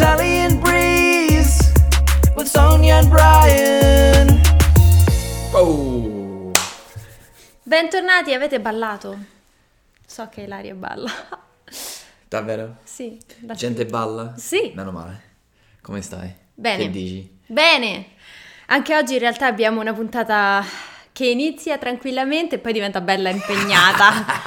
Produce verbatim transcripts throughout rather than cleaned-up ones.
Italian Breeze with Sonia and Brian. Oh. Bentornati, avete ballato? So che Ilaria balla. Davvero? Sì. da- Gente balla? Sì. Meno male. Come stai? Bene. Che dici? Bene. Anche oggi in realtà abbiamo una puntata che inizia tranquillamente e poi diventa bella impegnata.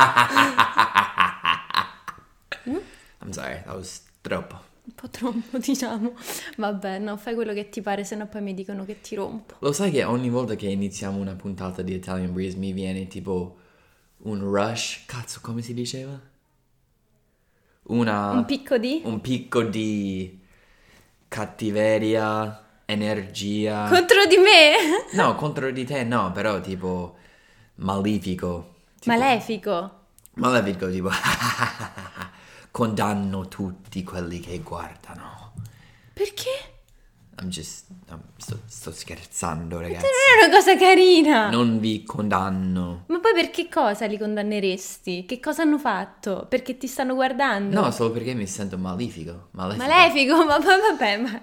I'm sorry, that was troppo. Un po' troppo, diciamo. Vabbè, no, fai quello che ti pare, sennò poi mi dicono che ti rompo. Lo sai che ogni volta che iniziamo una puntata di Italian Breeze mi viene tipo un rush? Cazzo, come si diceva? Una... Un picco di? Un picco di cattiveria, energia. Contro di me? No, contro di te no, però tipo malefico. Tipo, Malefico. Malefico, tipo condanno tutti quelli che guardano. Perché? I'm just I'm- sto, sto scherzando, ragazzi. Non è una cosa carina. Non vi condanno. Ma poi per che cosa li condanneresti? Che cosa hanno fatto? Perché ti stanno guardando? No, solo perché mi sento malefico. Malefico. Malefico, ma ma- vabbè, ma...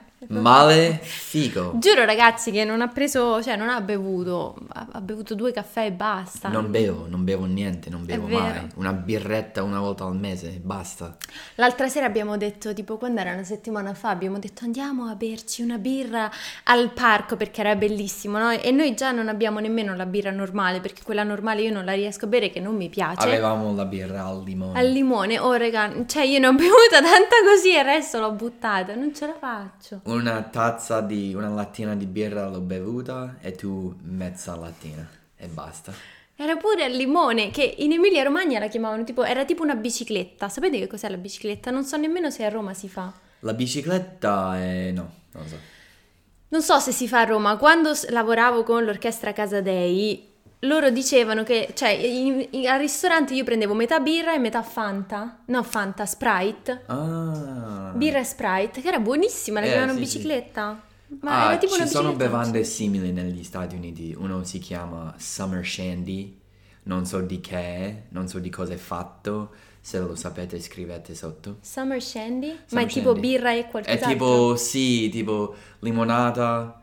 Malefico. Giuro ragazzi che non ha preso, cioè non ha bevuto, ha, ha bevuto due caffè e basta. Non bevo, non bevo niente, non bevo vero. mai. Una birretta una volta al mese, basta. L'altra sera abbiamo detto, tipo quando era una settimana fa, abbiamo detto andiamo a berci una birra al parco perché era bellissimo, no? E noi già non abbiamo nemmeno la birra normale perché quella normale io non la riesco a bere che non mi piace. Avevamo la birra al limone. Al limone, oh raga, cioè io ne ho bevuta tanta così e il resto l'ho buttata, non ce la faccio. Una tazza di, una lattina di birra l'ho bevuta e tu mezza lattina e basta. Era pure al limone, che in Emilia Romagna la chiamavano tipo, era tipo una bicicletta. Sapete che cos'è la bicicletta? Non so nemmeno se a Roma si fa. La bicicletta è... no, non lo so. Non so se si fa a Roma. Quando s- lavoravo con l'orchestra Casa Dei, loro dicevano che, cioè, in- in- al ristorante io prendevo metà birra e metà Fanta. No, Fanta, Sprite. Ah. Birra e Sprite, che era buonissima, la Eh, chiamavano sì, bicicletta. Ma Ah, era tipo ci una sono bicicletta. bevande simili negli Stati Uniti. Uno si chiama Summer Shandy, non so di che è, non so di cosa è fatto. Se lo sapete scrivete sotto. Summer Shandy? Ma Summer è tipo Shandy. birra e È qualcos'altro? tipo, sì, tipo limonata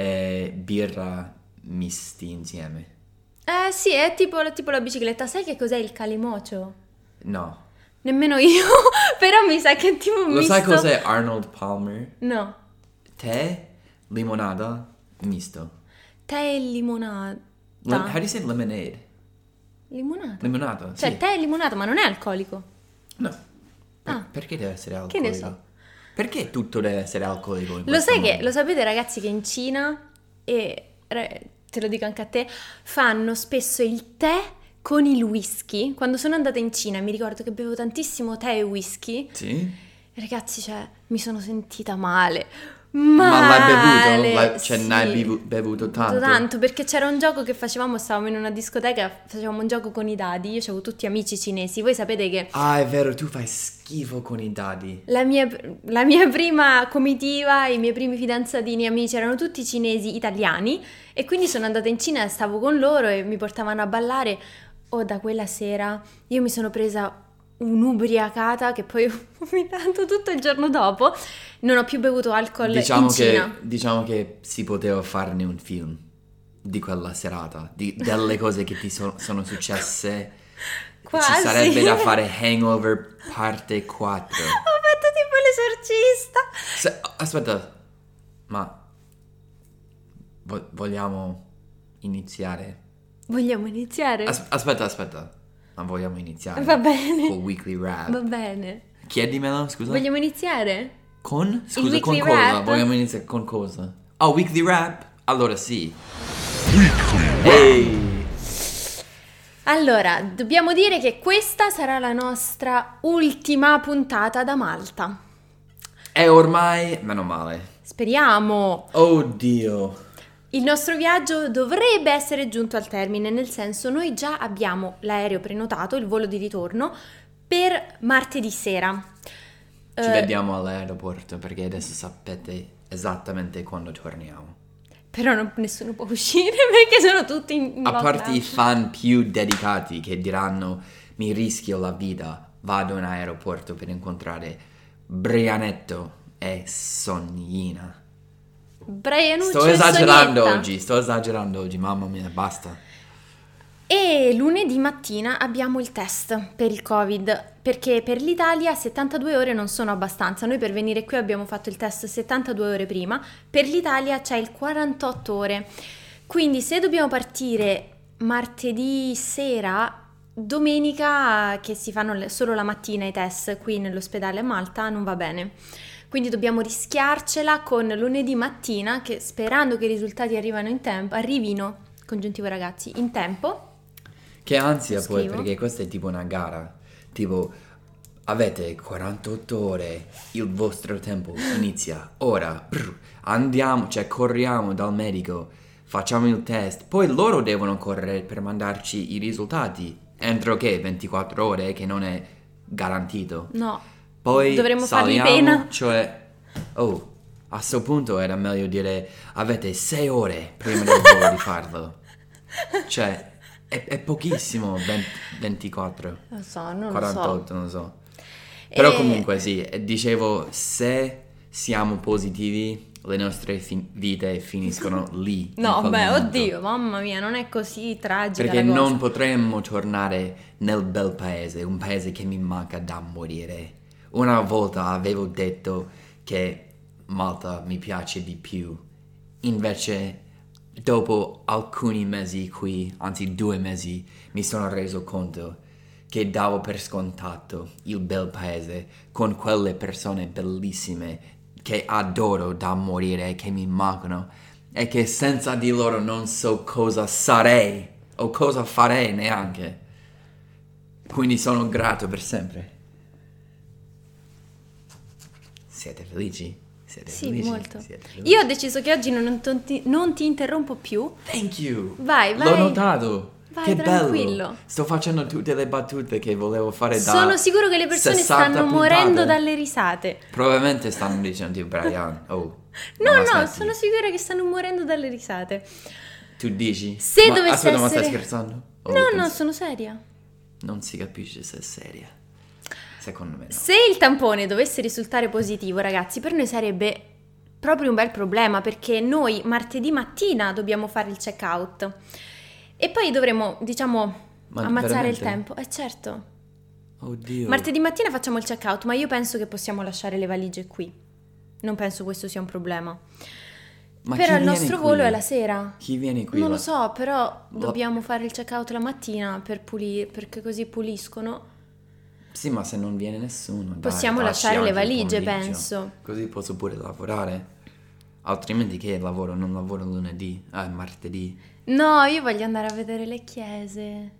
e birra misti insieme. Eh sì, è tipo, tipo la bicicletta. Sai che cos'è il calimocio? No. Nemmeno io, però mi sa che è tipo un Lo misto. sai cos'è Arnold Palmer? No, Tè, limonata, misto. tè e limonata. Lem- how do you say lemonade? Limonata? Limonata, Cioè sì. tè e limonata, ma non è alcolico. No. Per- Ah. Perché deve essere Che alcolico? ne so. Perché tutto deve essere alcolico in Lo questo sai che, mondo? lo sapete ragazzi che in Cina, e re- te lo dico anche a te, fanno spesso il tè con il whisky. Quando sono andata in Cina mi ricordo che bevo tantissimo tè e whisky. Sì? Ragazzi, cioè, mi sono sentita male. Ma l'hai Male, bevuto? L'hai- cioè, sì. ne hai bevu- bevuto tanto? Tanto, perché c'era un gioco che facevamo, stavamo in una discoteca, facevamo un gioco con i dadi, io avevo tutti amici cinesi, voi sapete che Ah, è vero, tu fai schifo con i dadi. la mia, la mia prima comitiva, i miei primi fidanzatini, amici, erano tutti cinesi italiani e quindi sono andata in Cina, stavo con loro e mi portavano a ballare. Oh, da quella sera io mi sono presa un'ubriacata che poi ho vomitato tutto il giorno dopo. Non ho più bevuto alcol Diciamo in che, Cina. diciamo che si poteva farne un film di quella serata, di- delle cose che ti so- sono successe. Quasi. Ci sarebbe da fare Hangover parte quattro. Ho fatto tipo l'esorcista. Se- aspetta, ma vo- vogliamo iniziare? Vogliamo iniziare? As- aspetta, aspetta, ma vogliamo iniziare? Va bene. Col weekly rap. Va bene. Chiedimelo, scusa. Vogliamo iniziare? Con? Scusa, con weekly cosa? rap? Vogliamo iniziare con cosa? Oh, weekly rap? Allora sì. Ehi! Allora, dobbiamo dire che questa sarà la nostra ultima puntata da Malta. E ormai, meno male. Speriamo. Oddio. Il nostro viaggio dovrebbe essere giunto al termine, nel senso noi già abbiamo l'aereo prenotato, il volo di ritorno, per martedì sera. Ci Eh, vediamo all'aeroporto perché adesso sapete esattamente quando torniamo. Però non- nessuno può uscire perché sono tutti in, in A parte i lockdown. fan più dedicati che diranno mi rischio la vita, vado in aeroporto per incontrare Brianetto è Sognina. Brianuccio Sto e esagerando Sognetta. oggi, sto esagerando oggi, mamma mia, basta. E lunedì mattina abbiamo il test per il Covid, perché per l'Italia settantadue ore non sono abbastanza. Noi per venire qui abbiamo fatto il test settantadue ore prima, per l'Italia c'è il quarantotto ore. Quindi se dobbiamo partire martedì sera, domenica che si fanno le- solo la mattina i test qui nell'ospedale a Malta non va bene. Quindi dobbiamo rischiarcela con lunedì mattina, che sperando che i risultati arrivino in tempo, arrivino, congiuntivo ragazzi, in tempo. Che ansia Lo poi, scrivo. perché questa è tipo una gara. Tipo, avete quarantotto ore, il vostro tempo inizia ora. Brr, andiamo, cioè corriamo dal medico, facciamo il test. Poi loro devono correre per mandarci i risultati. Entro che? ventiquattro ore, che non è garantito. No, Poi dovremmo fargli saliamo, pena. cioè, oh, a sto punto era meglio dire avete sei ore prima del volo di farlo. Cioè, è, è pochissimo, venti, ventiquattro, Lo so, non quarantotto, lo non so. Però E- comunque sì, eh, dicevo, se siamo positivi, le nostre fin- vite finiscono lì. so. in No, quel beh, momento. oddio, mamma mia, non è così tragica Perché la cosa. non potremmo tornare nel bel paese, un paese che mi manca da morire. Una volta avevo detto che Malta mi piace di più, invece dopo alcuni mesi qui, anzi due mesi, mi sono reso conto che davo per scontato il bel paese con quelle persone bellissime che adoro da morire, che mi mancano e che senza di loro non so cosa sarei o cosa farei neanche. Quindi sono grato per sempre. Siete felici? Siete Sì, felici? molto. Siete felici? Io ho deciso che oggi non, non ti, non ti interrompo più. Thank you. Vai, vai. L'ho notato. Vai, che tranquillo. bello. Sto facendo tutte le battute che volevo fare da Sono sicuro che le persone sessanta stanno puntate. morendo dalle risate. Probabilmente stanno dicendo tipo Brian, oh. No, ma no, smetti. sono sicura che stanno morendo dalle risate. Tu dici? Se ma, dovesse aspetta, ma essere- stai scherzando? Oh, No, no, penso- sono seria. Non si capisce se è seria. Secondo me no. Se il tampone dovesse risultare positivo, ragazzi, per noi sarebbe proprio un bel problema, perché noi martedì mattina dobbiamo fare il check-out e poi dovremo, diciamo, Ma ammazzare il veramente? tempo. Eh certo. Oddio. Martedì mattina facciamo il check-out, ma io penso che possiamo lasciare le valigie qui. Non penso questo sia un problema. Ma Però chi il viene nostro qui? volo è la sera. Chi viene qui? Non lo La- so, però la- dobbiamo fare il check-out la mattina per pulire, perché così puliscono. Sì, ma se non viene nessuno, dai, Possiamo lasci lasciare le anche il valigie, pomeriggio. penso. Così posso pure lavorare. Altrimenti che lavoro? Non lavoro lunedì, ah, martedì. No, io voglio andare a vedere le chiese.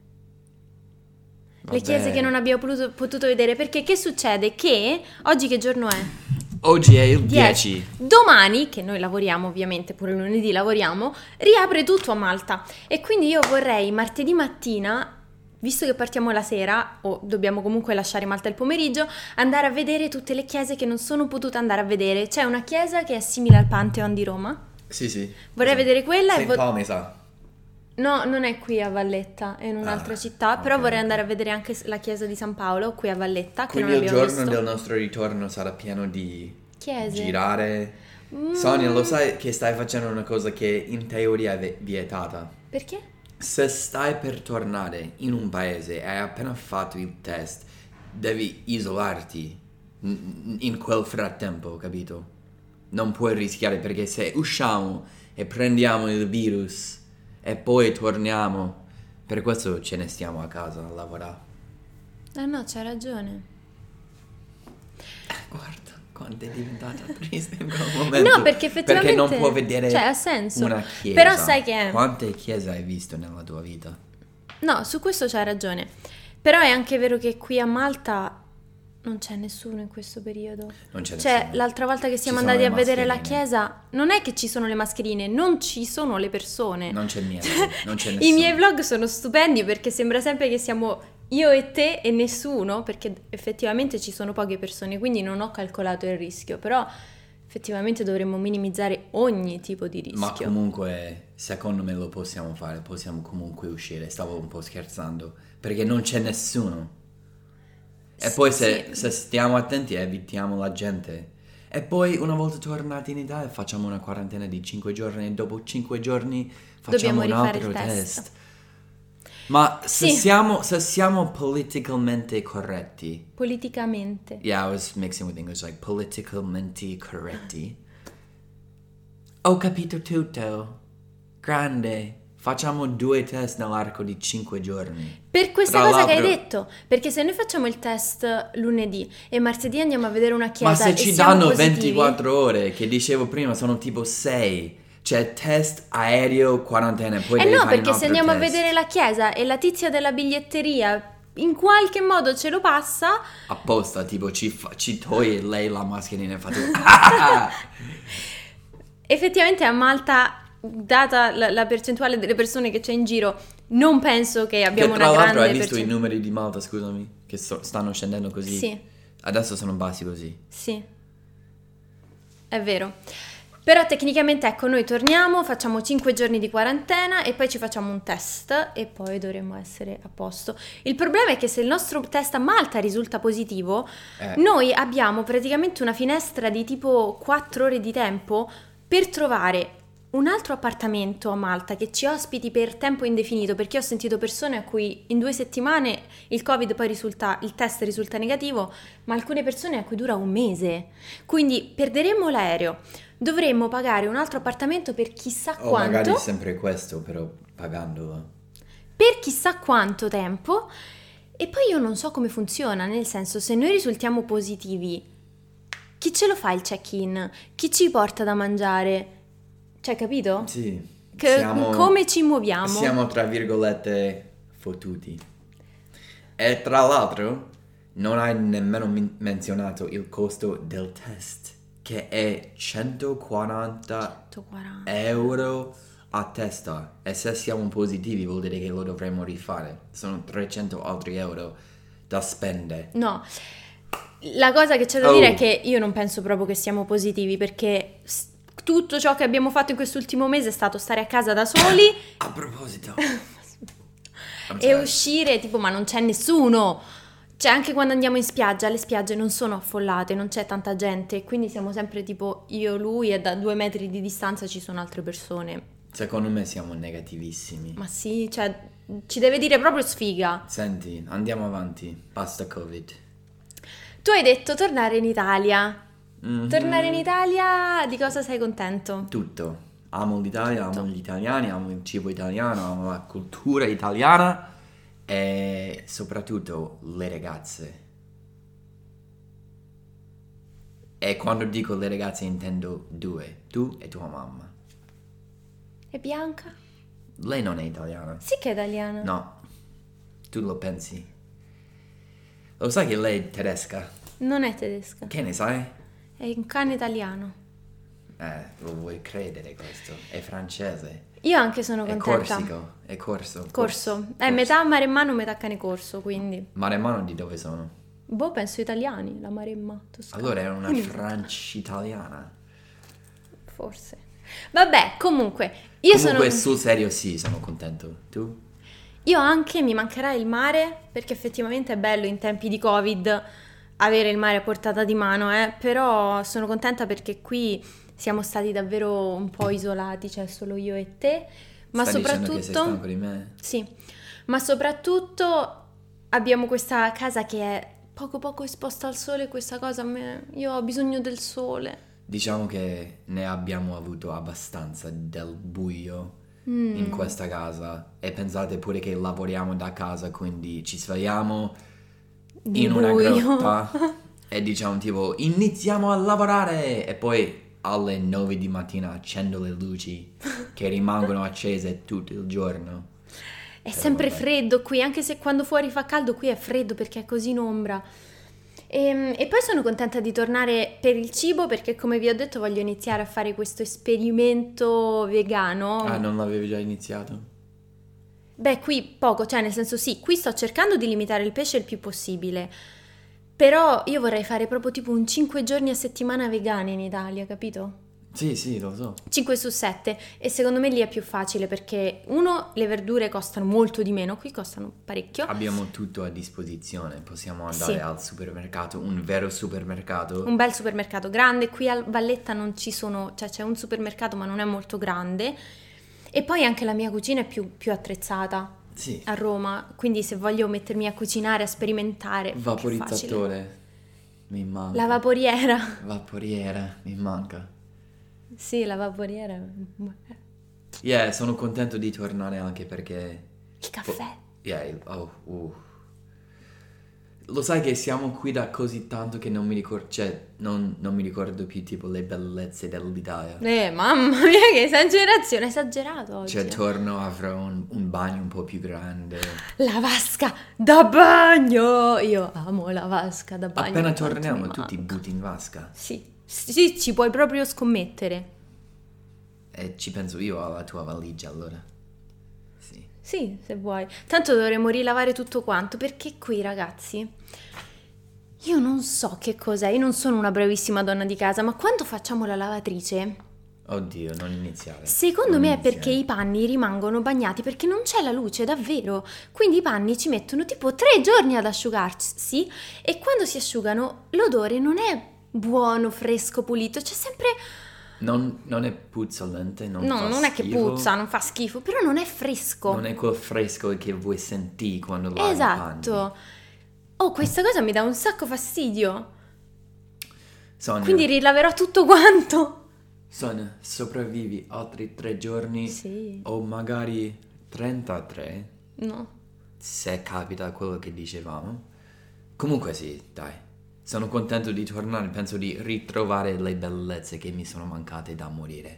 Vabbè. Le chiese che non abbiamo potuto, potuto vedere, perché che succede? Che oggi che giorno è? Oggi è il dieci. Domani, che noi lavoriamo ovviamente, pure lunedì lavoriamo, riapre tutto a Malta. E quindi io vorrei martedì mattina, visto che partiamo la sera, o dobbiamo comunque lasciare Malta il pomeriggio, andare a vedere tutte le chiese che non sono potuta andare a vedere. C'è una chiesa che è simile al Pantheon di Roma. Sì, sì. Vorrei vedere quella e Saint vo- Paul, mi sa. No, non è qui a Valletta, è in un'altra Ah, città, però ok, vorrei ok. andare a vedere anche la chiesa di San Paolo qui a Valletta, che Quindi non il abbiamo giorno visto. del nostro ritorno sarà pieno di Chiese. girare. Mm. Sonia, lo sai che stai facendo una cosa che in teoria è ve- vietata? Perché? Se stai per tornare in un paese e hai appena fatto il test, devi isolarti in in quel frattempo, capito? Non puoi rischiare, perché se usciamo e prendiamo il virus e poi torniamo, per questo ce ne stiamo a casa a lavorare. Ah no, c'hai ragione. Guarda quanto è diventata triste in quel momento. No, perché effettivamente- Perché non può vedere cioè, ha senso. una chiesa. Però sai che- Quante chiese hai visto nella tua vita? No, su questo c'hai ragione. Però è anche vero che qui a Malta non c'è nessuno in questo periodo. Non c'è Cioè, nessuno. l'altra volta che siamo Ci sono andati a le vedere la mascherine. chiesa, non è che ci sono le mascherine, non ci sono le persone. Non c'è niente, non c'è nessuno. I miei vlog sono stupendi perché sembra sempre che siamo io e te e nessuno, perché effettivamente ci sono poche persone, quindi non ho calcolato il rischio, però effettivamente dovremmo minimizzare ogni tipo di rischio. Ma comunque, secondo me lo possiamo fare, possiamo comunque uscire. Stavo un po' scherzando, perché non c'è nessuno. E Sì, poi se, sì. se stiamo attenti evitiamo la gente. E poi una volta tornati in Italia facciamo una quarantena di cinque giorni e dopo cinque giorni facciamo Dobbiamo un rifare altro il test. test. Ma se, Sì. siamo, se siamo politicamente corretti, Politicamente. yeah, I was mixing with English, like politicamente corretti. Ho capito tutto. Grande. Facciamo due test nell'arco di cinque giorni. Per questa Tra cosa che hai l'altro- detto, perché se noi facciamo il test lunedì e martedì andiamo a vedere una chiesa Ma se e ci siamo danno positivi, ventiquattro ore, che dicevo prima, sono tipo sei. Cioè test, aereo, quarantena, poi Eh devi no, fare un perché se altro andiamo test. a vedere la chiesa e la tizia della biglietteria in qualche modo ce lo passa, Apposta, tipo ci, fa- ci toglie lei la mascherina e fa tipo... "Ah!" effettivamente a Malta, data la, la percentuale delle persone che c'è in giro, non penso che Che abbiamo tra una l'altro grande hai visto i percen- numeri di Malta, scusami, che sto- stanno scendendo così. Sì. Adesso sono bassi così. Sì, è vero. Però tecnicamente, ecco, noi torniamo, facciamo cinque giorni di quarantena e poi ci facciamo un test e poi dovremmo essere a posto. Il problema è che se il nostro test a Malta risulta positivo, Eh. noi abbiamo praticamente una finestra di tipo quattro ore di tempo per trovare un altro appartamento a Malta che ci ospiti per tempo indefinito, perché ho sentito persone a cui in due settimane il Covid poi risulta, il test risulta negativo, ma alcune persone a cui dura un mese. Quindi perderemmo l'aereo, dovremmo pagare un altro appartamento per chissà O quanto, magari sempre questo, però pagandolo. per chissà quanto tempo, e poi io non so come funziona, nel senso, se noi risultiamo positivi, chi ce lo fa il check-in? Chi ci porta da mangiare? Cioè, capito? Sì. Che- siamo- come ci muoviamo? Siamo tra virgolette fottuti. E tra l'altro non hai nemmeno min- menzionato il costo del test, che è centoquaranta centoquaranta. euro a testa. E se siamo positivi vuol dire che lo dovremmo rifare. Sono trecento altri euro da spendere. No, la cosa che c'è da Oh. dire è che io non penso proprio che siamo positivi, perché s- tutto ciò che abbiamo fatto in quest'ultimo mese è stato stare a casa da soli A proposito. I'm e sorry. uscire, tipo, ma non c'è nessuno. Cioè, anche quando andiamo in spiaggia, le spiagge non sono affollate, non c'è tanta gente, quindi siamo sempre tipo io, lui e da due metri di distanza ci sono altre persone. Secondo me siamo negativissimi. Ma sì, cioè, ci deve dire proprio sfiga. Senti, andiamo avanti. Basta Covid. Tu hai detto tornare in Italia. Mhm. Tornare in Italia, di cosa sei contento? Tutto. Amo l'Italia, amo gli italiani, amo il cibo italiano, amo la cultura italiana e soprattutto le ragazze. E quando dico le ragazze intendo due, tu e tua mamma. E Bianca? Lei non è italiana. Sì che è italiana. No, tu lo pensi. Lo sai che lei è tedesca? Non è tedesca, Che ne sai? è un cane italiano. Eh, lo vuoi credere questo? È francese. Io anche sono È contenta. corsico. È corso. Corso. È metà maremmano, metà cane corso, quindi. Maremmano di dove sono? Boh, penso italiani, la maremma toscana. Allora è una Quindi, Francia italiana. forse. Vabbè, comunque, io Comunque sono... sul serio sì, sono contento. Tu? Io anche mi mancherà il mare, perché effettivamente è bello in tempi di Covid avere il mare a portata di mano, eh? Però sono contenta perché qui siamo stati davvero un po' isolati, cioè solo io e te, ma Stai dicendo che sei soprattutto... stanco di me? Sì, ma soprattutto abbiamo questa casa che è poco poco esposta al sole, questa cosa a me... Io ho bisogno del sole. Diciamo che ne abbiamo avuto abbastanza del buio Mm. in questa casa e pensate pure che lavoriamo da casa, quindi ci svegliamo Di in una buio. grotta e diciamo tipo iniziamo a lavorare e poi alle nove di mattina accendo le luci che rimangono accese tutto il giorno. È Però sempre vabbè. freddo qui, anche se quando fuori fa caldo, qui è freddo perché è così in ombra. E, e poi sono contenta di tornare per il cibo perché, come vi ho detto, voglio iniziare a fare questo esperimento vegano. Ah, non l'avevi già iniziato? Beh, qui poco, cioè nel senso sì, qui sto cercando di limitare il pesce il più possibile, però io vorrei fare proprio tipo un cinque giorni a settimana vegani in Italia, capito? Sì, sì, lo so. cinque su sette, e secondo me lì è più facile perché uno, le verdure costano molto di meno, qui costano parecchio. Abbiamo tutto a disposizione, possiamo andare Sì. al supermercato, un vero supermercato. Un bel supermercato grande, qui a Valletta non ci sono, cioè c'è un supermercato ma non è molto grande, e poi anche la mia cucina è più, più attrezzata Sì, a Roma, quindi se voglio mettermi a cucinare, a sperimentare, è più facile. vaporizzatore, mi manca. La vaporiera, Vaporiera, mi manca. sì, la vaporiera, Yeah, sono contento di tornare anche perché... il caffè. Yeah, il- oh, uh. Lo sai che siamo qui da così tanto che non mi ricordo, cioè, non, non mi ricordo più tipo le bellezze dell'Italia. Eh, mamma mia, che esagerazione, esagerato oggi. Cioè, torno, avrò un, un bagno un po' più grande. La vasca da bagno, io amo la vasca da bagno. Appena quanto torniamo mi tu ti manca. butti in vasca. Sì, sì, ci puoi proprio scommettere. E ci penso io alla tua valigia allora. Sì. Sì, se vuoi. Tanto dovremmo rilavare tutto quanto, perché qui, ragazzi, io non so che cos'è, io non sono una bravissima donna di casa, ma quando facciamo la lavatrice, Oddio, non iniziare. secondo Non me è iniziare. perché i panni rimangono bagnati, perché non c'è la luce, davvero. Quindi i panni ci mettono tipo tre giorni ad asciugarsi, e quando si asciugano l'odore non è buono, fresco, pulito, c'è sempre... Non, non è puzzolente, non No, fa non è che schifo. puzza, non fa schifo, però non è fresco. Non è quel fresco che vuoi sentire quando lavi i panni. Esatto. Oh, questa cosa mi dà un sacco fastidio. Sonia, Quindi rilaverò tutto quanto. Sonia, sopravvivi altri tre giorni Sì. o magari trentatré, No. se capita quello che dicevamo. Comunque sì, dai. Sono contento di tornare, penso di ritrovare le bellezze che mi sono mancate da morire.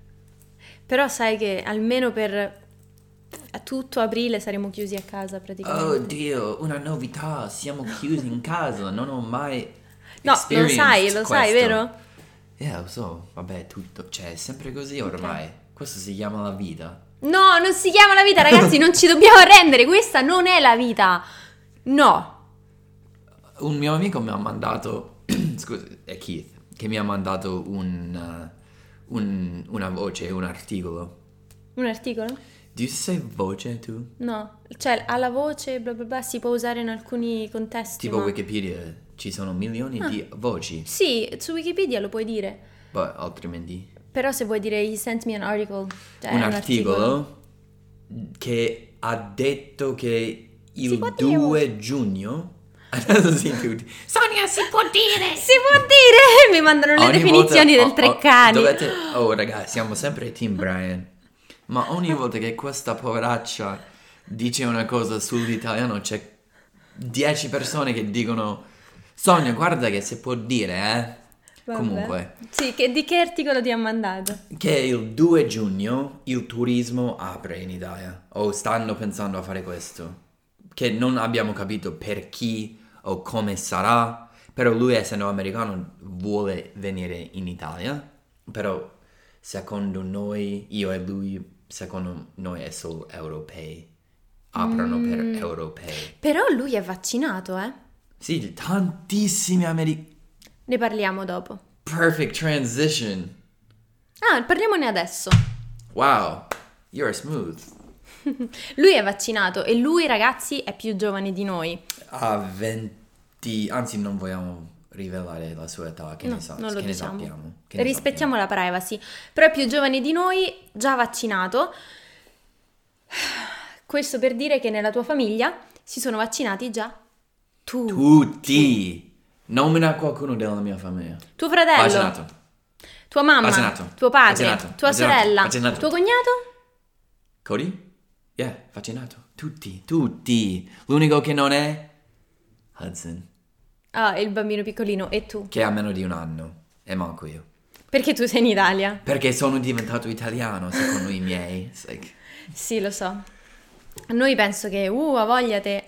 Però sai che almeno per a tutto aprile saremo chiusi a casa praticamente. Oh Dio, una novità, siamo chiusi in casa, non ho mai No, lo experienced sai, lo sai, questo. vero? Eh, lo so, vabbè, tutto, cioè, è sempre così ormai. Questo si chiama la vita. No, non si chiama la vita, ragazzi, non ci dobbiamo arrendere, questa non è la vita. No. Un mio amico mi ha mandato, scusa, è Keith, che mi ha mandato un, uh, un- una voce, un articolo. Un articolo? Dici sei voce tu? No, cioè alla voce bla bla bla si può usare in alcuni contesti. Tipo ma- Wikipedia, ci sono milioni di voci, Sì, su Wikipedia lo puoi dire. poi altrimenti... Però se vuoi dire he sent me an article, cioè un è articolo che ha detto che Si il può dire. due giugno... Adesso sì, tutti. Sonia, si può dire! Si può dire! Mi mandano le Ogni definizioni volta- del oh, tre oh, cani. dovete- oh ragazzi, siamo sempre team Brian. Ma ogni volta che questa poveraccia dice una cosa sull'italiano c'è dieci persone che dicono Sonia, guarda che si può dire, eh? Vabbè. Comunque, Sì, che, di che articolo ti ha mandato? che il due giugno il turismo apre in Italia, o stanno pensando a fare questo, che non abbiamo capito per chi o come sarà, però lui essendo americano vuole venire in Italia, però secondo noi, io e lui, secondo noi è solo europei, aprono per europei. Però lui è vaccinato, eh? Sì, tantissimi americani. Ne parliamo dopo. Perfect transition. Ah, parliamone adesso. Wow, you're smooth. Lui è vaccinato e lui, ragazzi, è più giovane di noi. Ha venti, anzi non vogliamo rivelare la sua età, che No, ne, sa- non lo che ne diciamo. sappiamo. Che ne Rispettiamo la privacy. Però è più giovane di noi, già vaccinato. Questo per dire che nella tua famiglia si sono vaccinati già tu. sappiamo. Tutti! Nomina qualcuno della mia famiglia. Tuo fratello, Vaccinato. tua mamma, Vaccinato. tuo padre, Vaccinato. tua Vaccinato. sorella, Vaccinato. tuo cognato? Cody? Yeah, vaccinato. Tutti, tutti. L'unico che non è Hudson, Ah, il bambino piccolino. E tu? che ha meno di un anno. E manco io. Perché tu sei in Italia? Perché sono diventato italiano, secondo i miei. It's like- Sì, lo so. Noi penso che, uh, ha voglia te.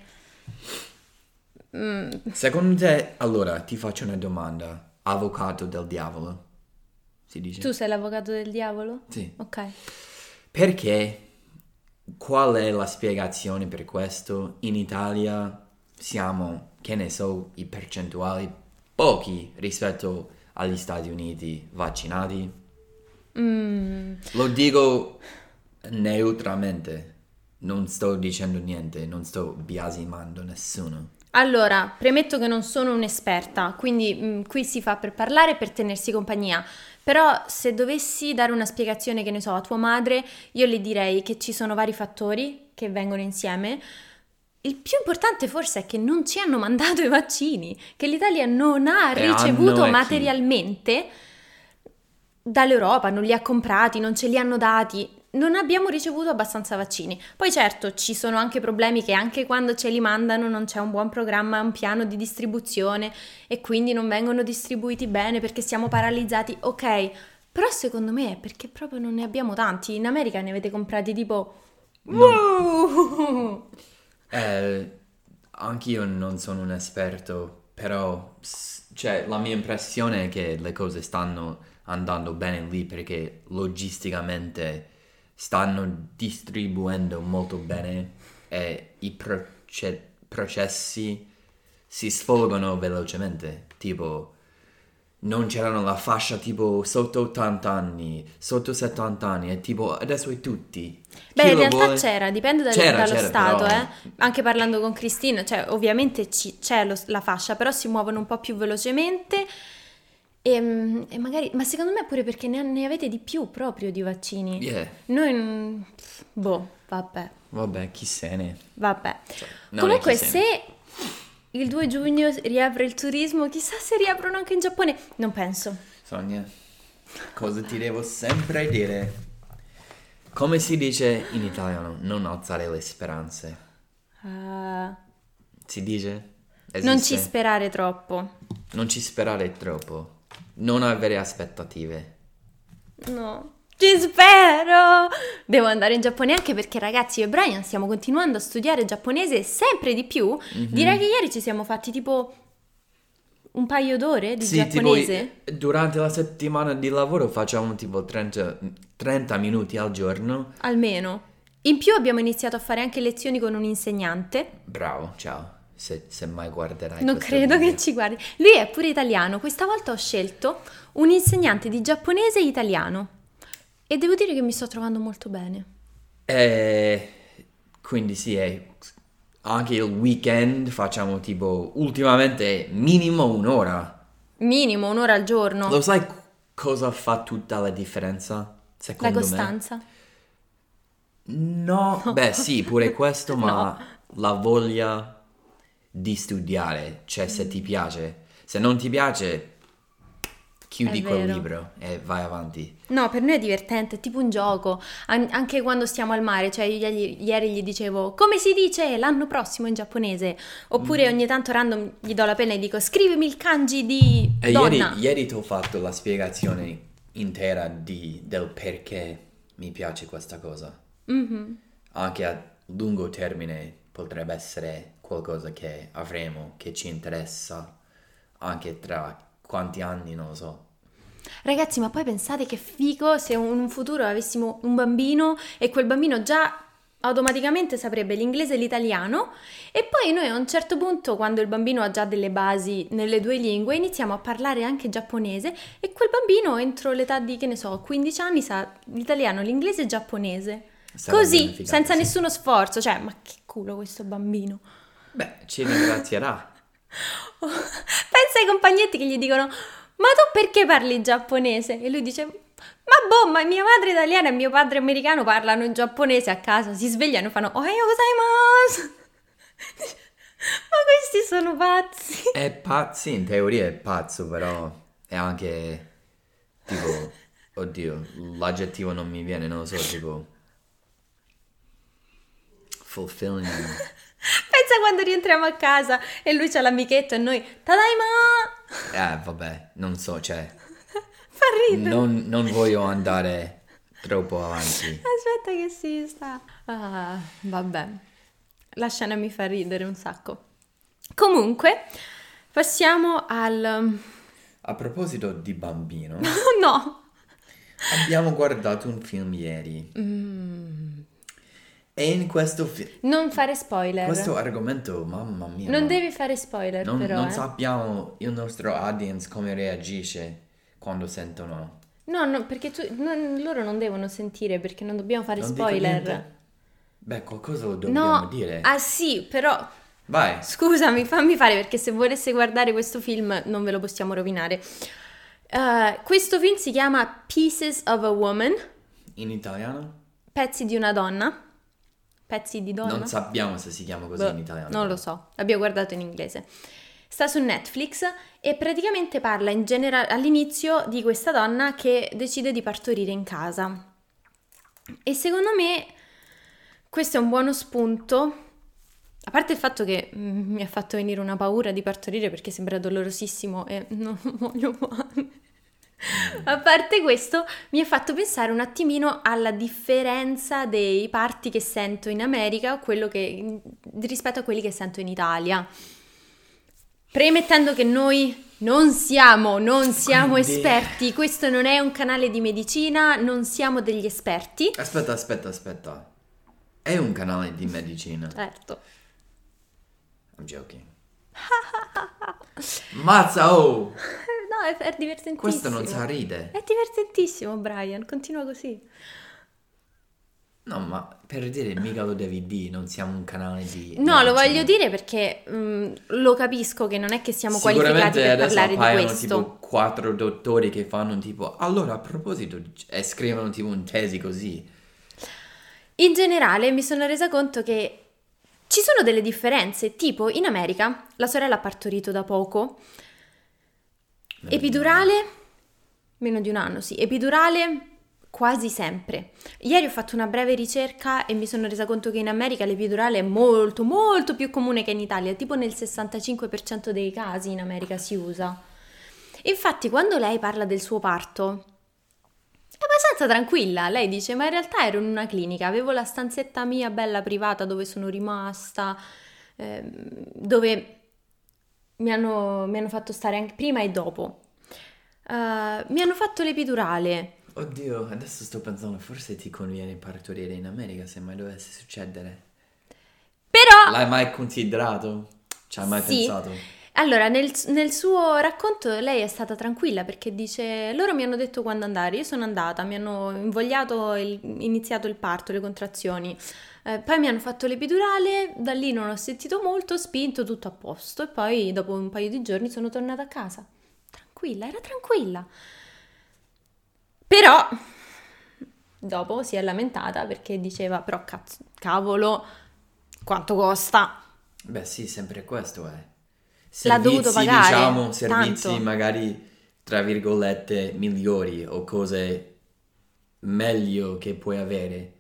Mm, Secondo te, allora, ti faccio una domanda. Avvocato del diavolo, si dice? tu sei l'avvocato del diavolo? Sì. Ok. Perché? Qual è la spiegazione per questo? In Italia siamo, che ne so, i percentuali pochi rispetto agli Stati Uniti vaccinati. Mm. Lo dico neutramente, non sto dicendo niente, non sto biasimando nessuno. Allora, premetto che non sono un'esperta, quindi mh, qui si fa per parlare e per tenersi compagnia, però se dovessi dare una spiegazione, che ne so, a tua madre, io le direi che ci sono vari fattori che vengono insieme. Il più importante forse è che non ci hanno mandato i vaccini, che l'Italia non ha E ricevuto hanno e chi? materialmente dall'Europa, non li ha comprati, non ce li hanno dati. Non abbiamo ricevuto abbastanza vaccini. Poi certo ci sono anche problemi che anche quando ce li mandano non c'è un buon programma, un piano di distribuzione e quindi non vengono distribuiti bene perché siamo paralizzati. Ok, però secondo me è perché proprio non ne abbiamo tanti. In America ne avete comprati tipo... Wow! Eh, anch'io non sono un esperto, però s- cioè, la mia impressione è che le cose stanno andando bene lì perché logisticamente stanno distribuendo molto bene e i proce- processi si svolgono velocemente, tipo non c'erano la fascia tipo sotto ottanta anni, sotto settanta anni e tipo adesso è tutti. Beh, Chi in lo realtà vuole? c'era, dipende dal- C'era, dallo c'era, stato, però- eh. Anche parlando con Cristina, cioè ovviamente ci- c'è lo- la fascia, però si muovono un po' più velocemente e, e magari... Ma secondo me è pure perché ne, ne avete di più proprio di vaccini. Yeah. Noi... mm, boh, vabbè, Vabbè, chi se ne. vabbè. non Comunque è chi se ne. se il due giugno riapre il turismo, chissà se riaprono anche in Giappone. Non penso. Sonia, cosa ti devo sempre dire? Come si dice in italiano? Non alzare le speranze. Ah, Si dice? non ci Esiste? sperare troppo. Non ci sperare troppo. Non avere aspettative. No, ci spero! Devo andare in Giappone anche perché ragazzi io e Brian stiamo continuando a studiare giapponese sempre di più. Direi che ieri ci siamo fatti tipo un paio d'ore di Sì, giapponese. tipo durante la settimana di lavoro facciamo tipo trenta, trenta minuti al giorno. Almeno. In più abbiamo iniziato a fare anche lezioni con un insegnante. Bravo, ciao. Se, se mai guarderai Non questo credo video. che ci guardi. Lui è pure italiano. Questa volta ho scelto un insegnante di giapponese italiano. E devo dire che mi sto trovando molto bene. E quindi sì, è- anche il weekend facciamo tipo ultimamente minimo un'ora. Minimo un'ora al giorno. Lo sai c- cosa fa tutta la differenza? La Secondo me? costanza. No, beh sì, pure questo, ma No. la voglia di studiare, cioè se ti piace. Se non ti piace, chiudi È quel vero. libro e vai avanti. No, per noi è divertente, è tipo un gioco. An- anche quando stiamo al mare, cioè io ieri, ieri gli dicevo come si dice l'anno prossimo in giapponese. Oppure Mm. ogni tanto random gli do la penna e dico scrivimi il kanji di E donna. ieri, ieri ti ho fatto la spiegazione intera di- del perché mi piace questa cosa. Mhm. Anche a lungo termine potrebbe essere qualcosa che avremo, che ci interessa, anche tra quanti anni, non lo so. Ragazzi, ma poi pensate che figo se in un futuro avessimo un bambino e quel bambino già automaticamente saprebbe l'inglese e l'italiano e poi noi a un certo punto, quando il bambino ha già delle basi nelle due lingue, iniziamo a parlare anche giapponese e quel bambino entro l'età di, che ne so, quindici anni sa l'italiano, l'inglese e il giapponese. Sarebbe Così, una figata, senza sì. nessuno sforzo, cioè, ma che culo questo bambino. Beh, ci ringrazierà. Pensa ai compagnetti che gli dicono ma tu perché parli giapponese? E lui dice ma boh, ma mia madre italiana e mio padre americano parlano in giapponese a casa, si svegliano e fanno Ohayo gozaimasu. Ma questi sono pazzi. È pazzo, in teoria è pazzo, però è anche tipo, oddio, l'aggettivo non mi viene, non lo so, tipo fulfilling. Pensa quando rientriamo a casa e lui c'ha l'amichetto e noi Tadaima! Eh, vabbè, non so, cioè, Fa ridere. non, non voglio andare troppo avanti. Aspetta che si sta. Ah, vabbè. La scena mi fa ridere un sacco. Comunque, passiamo al... A proposito di bambino, No! abbiamo guardato un film ieri. E in questo film, Non fare spoiler. questo argomento, mamma mia, Non ma- devi fare spoiler, non, però. non eh. sappiamo il nostro audience come reagisce quando sentono. No, no, perché tu, non- loro non devono sentire perché non dobbiamo fare Non dico spoiler. niente? Beh, qualcosa lo dobbiamo No, dire. ah sì, però Vai. scusami, fammi fare perché se volesse guardare questo film non ve lo possiamo rovinare. Eh, questo film si chiama Pieces of a Woman, In italiano? pezzi di una donna, pezzi di donna. Non sappiamo se si chiama così Boh, in italiano. non lo so, l'abbiamo guardato in inglese. Sta su Netflix e praticamente parla in genera- all'inizio di questa donna che decide di partorire in casa. E secondo me questo è un buono spunto, a parte il fatto che mm, mi ha fatto venire una paura di partorire perché sembra dolorosissimo e non voglio fare. A parte questo, mi ha fatto pensare un attimino alla differenza dei parti che sento in America quello che, rispetto a quelli che sento in Italia. Premettendo che noi non siamo, non siamo Quindi- esperti, questo non è un canale di medicina, non siamo degli esperti. Aspetta, aspetta, aspetta. È un canale di medicina. Certo. I'm joking. Mazza, oh! No, è, è divertentissimo. Questo non sa ride. È divertentissimo, Brian, continua così. No, ma per dire mica lo devi dire, non siamo un canale di No, lo medicina. voglio dire perché mm, lo capisco che non è che siamo Sicuramente qualificati per adesso parlare di appaiono questo. tipo quattro dottori che fanno tipo allora a proposito e scrivono tipo un tesi così. In generale mi sono resa conto che ci sono delle differenze, tipo in America la sorella ha partorito da poco, Meno di epidurale, meno di un anno, sì, epidurale quasi sempre. Ieri ho fatto una breve ricerca e mi sono resa conto che in America l'epidurale è molto molto più comune che in Italia, tipo nel sessantacinque per cento dei casi in America si usa. Infatti quando lei parla del suo parto è abbastanza tranquilla, lei dice ma in realtà ero in una clinica, avevo la stanzetta mia bella privata dove sono rimasta, ehm, dove mi hanno, mi hanno fatto stare anche prima e dopo. Eh, mi hanno fatto l'epidurale. Oddio, adesso sto pensando forse ti conviene partorire in America se mai dovesse succedere. Però, L'hai mai considerato? Ci hai mai sì. pensato? Allora, nel, nel suo racconto lei è stata tranquilla perché dice, loro mi hanno detto quando andare, io sono andata, mi hanno invogliato, il- iniziato il parto, le contrazioni, eh, poi mi hanno fatto l'epidurale, da lì non ho sentito molto, ho spinto, tutto a posto e poi dopo un paio di giorni sono tornata a casa. Tranquilla, era tranquilla. Però dopo si è lamentata perché diceva, però cazzo, cavolo, quanto costa? Beh sì, sempre questo è. L'ha dovuto pagare, diciamo, servizi tanto. magari, tra virgolette, migliori o cose meglio che puoi avere.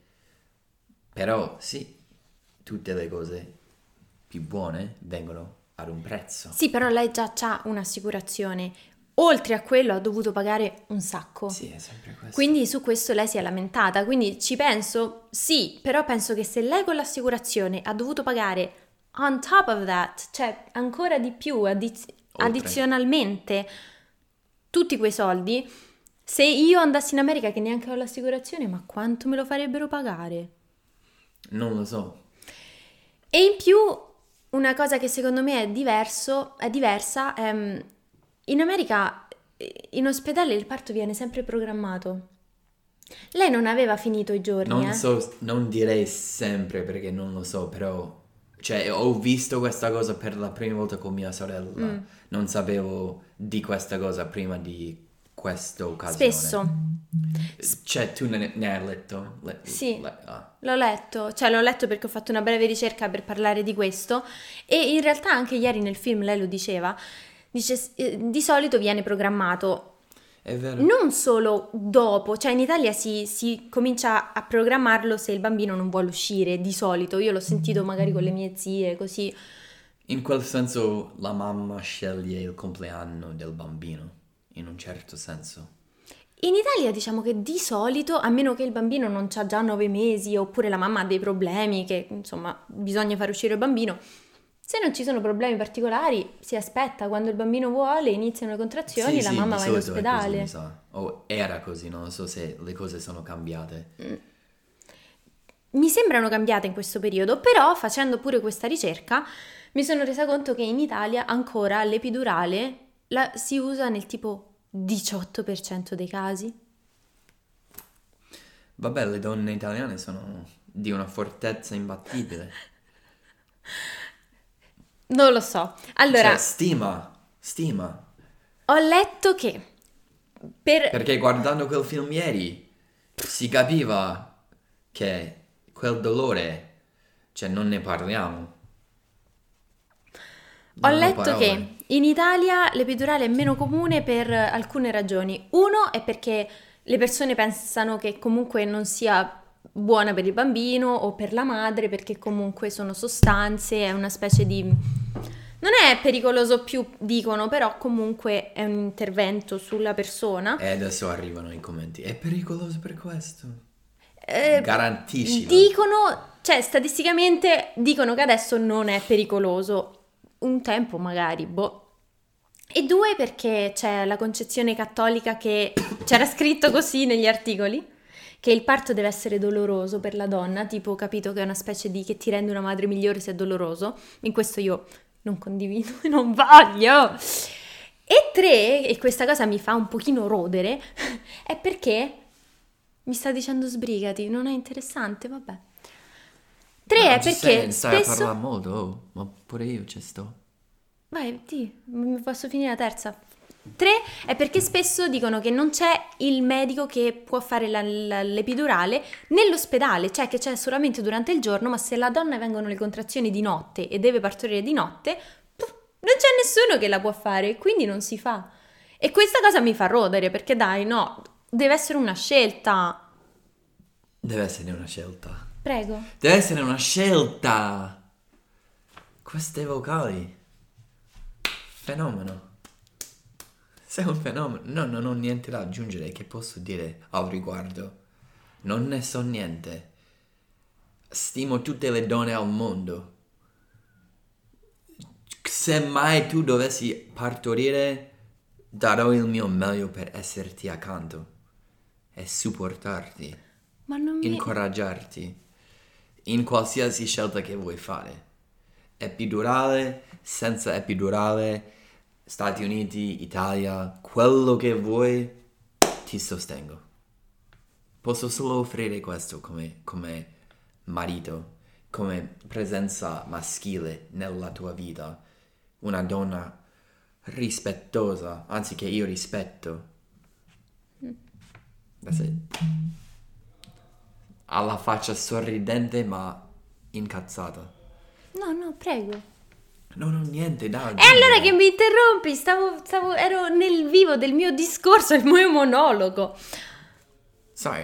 Però sì, tutte le cose più buone vengono ad un prezzo. Sì, però lei già ha un'assicurazione. Oltre a quello ha dovuto pagare un sacco. Sì, è sempre questo. Quindi su questo lei si è lamentata. Quindi ci penso, sì, però penso che se lei con l'assicurazione ha dovuto pagare on top of that, cioè ancora di più, addiz- addizionalmente, tutti quei soldi, se io andassi in America che neanche ho l'assicurazione, ma quanto me lo farebbero pagare? Non lo so. E in più, una cosa che secondo me è diverso, è diversa, ehm, in America eh, in ospedale il parto viene sempre programmato. Lei non aveva finito i giorni, Non eh? so, non direi sempre perché non lo so, però cioè ho visto questa cosa per la prima volta con mia sorella. Mm. Non sapevo di questa cosa prima di questa occasione. Spesso. Cioè tu ne, ne hai letto? Le- Sì. le- ah. L'ho letto, cioè l'ho letto perché ho fatto una breve ricerca per parlare di questo e in realtà anche ieri nel film lei lo diceva, dice eh, di solito viene programmato È vero. non solo dopo, cioè in Italia si, si comincia a programmarlo se il bambino non vuole uscire, di solito, io l'ho sentito magari con le mie zie, così. In quel senso la mamma sceglie il compleanno del bambino, in un certo senso. In Italia diciamo che di solito, a meno che il bambino non ha già nove mesi oppure la mamma ha dei problemi, che insomma bisogna far uscire il bambino, se non ci sono problemi particolari si aspetta, quando il bambino vuole iniziano le contrazioni Sì, e la sì, mamma di va in solito è così, ospedale. mi sa. O era così, non lo so se le cose sono cambiate. Mi sembrano cambiate in questo periodo, però facendo pure questa ricerca mi sono resa conto che in Italia ancora l'epidurale la si usa nel tipo diciotto per cento dei casi. Vabbè, le donne italiane sono di una fortezza imbattibile. Non lo so. Allora, Cioè, stima, stima. ho letto che per... Perché guardando quel film ieri si capiva che quel dolore, cioè non ne parliamo. Ho Non ho letto parole. che in Italia l'epidurale è meno comune per alcune ragioni. Uno è perché le persone pensano che comunque non sia buona per il bambino o per la madre, perché comunque sono sostanze, è una specie di... Non è pericoloso più, dicono, però comunque è un intervento sulla persona. E adesso arrivano i commenti. È pericoloso per questo. Eh, Garantiscilo. Dicono, cioè statisticamente dicono che adesso non è pericoloso. Un tempo magari, boh. E due perché c'è la concezione cattolica che c'era scritto così negli articoli, che il parto deve essere doloroso per la donna, tipo capito che è una specie di che ti rende una madre migliore se è doloroso. In questo io non condivido, non voglio. E tre, e questa cosa mi fa un pochino rodere, è perché mi sta dicendo sbrigati, non è interessante, vabbè. Tre No, è ci perché stai, stai a spesso... parlare molto, oh, ma pure io ci sto. Vai, di, mi posso finire la terza. Tre è perché spesso dicono che non c'è il medico che può fare la- la- l'epidurale nell'ospedale, cioè che c'è solamente durante il giorno, ma se la donna vengono le contrazioni di notte e deve partorire di notte, pff, non c'è nessuno che la può fare, quindi non si fa. E questa cosa mi fa rodere, perché dai, no, deve essere una scelta. Deve essere una scelta. Prego. Deve essere una scelta. Queste vocali. Fenomeno. Sei un fenomeno. No, non ho niente da aggiungere. Che posso dire al riguardo? Non ne so niente. Stimo tutte le donne al mondo. Se mai tu dovessi partorire, darò il mio meglio per esserti accanto e supportarti, Ma non mi... incoraggiarti in qualsiasi scelta che vuoi fare. Epidurale, senza epidurale, Stati Uniti, Italia, quello che vuoi, ti sostengo. Posso solo offrire questo come, come marito, come presenza maschile nella tua vita. Una donna rispettosa, anzi che io rispetto. That's it. Ha la faccia sorridente ma incazzata. No, no, prego. Non ho niente da E aggiungere. allora che mi interrompi? Stavo, stavo, ero nel vivo del mio discorso, il mio monologo. Sorry.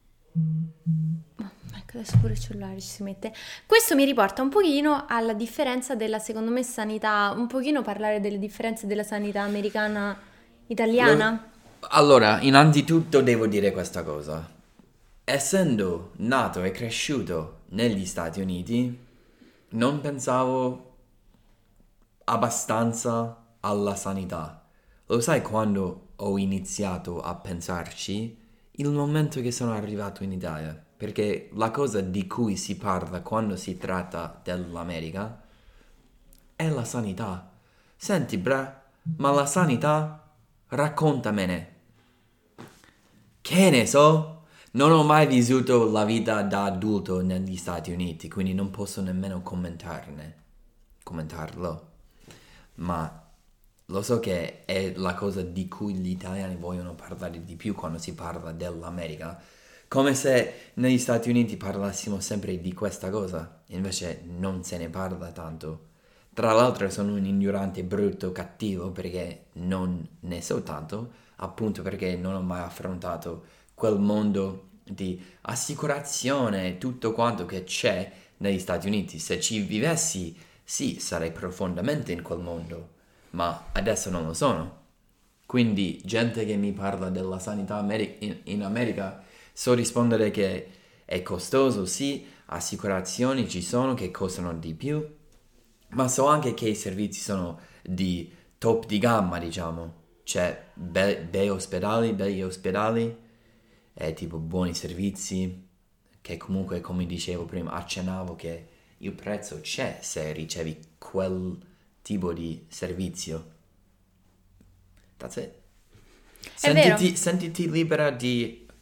Ecco, adesso pure il cellulare ci si mette. Questo mi riporta un pochino alla differenza della, secondo me, sanità, un pochino parlare delle differenze della sanità americana italiana. Allora, innanzitutto devo dire questa cosa. Essendo nato e cresciuto negli Stati Uniti, non pensavo abbastanza alla sanità. Lo sai quando ho iniziato a pensarci? Il momento che sono arrivato in Italia. Perché la cosa di cui si parla quando si tratta dell'America è la sanità. Senti, bra, ma la sanità? Raccontamene. Che ne so? Non ho mai vissuto la vita da adulto negli Stati Uniti, quindi non posso nemmeno commentarne. Commentarlo. Ma lo so che è la cosa di cui gli italiani vogliono parlare di più quando si parla dell'America. Come se negli Stati Uniti parlassimo sempre di questa cosa, invece non se ne parla tanto. Tra l'altro sono un ignorante brutto cattivo perché non ne so tanto, appunto perché non ho mai affrontato quel mondo di assicurazione e tutto quanto che c'è negli Stati Uniti. Se ci vivessi, sì, sarei profondamente in quel mondo, ma adesso non lo sono. Quindi gente che mi parla della sanità Ameri- in, in America, so rispondere che è costoso, sì, assicurazioni ci sono che costano di più, ma so anche che i servizi sono di top di gamma, diciamo. C'è be- bei ospedali, begli ospedali, e tipo buoni servizi, che comunque, come dicevo prima, accennavo che il prezzo c'è se ricevi quel tipo di servizio. That's it. È vero. Sentiti, sentiti libera di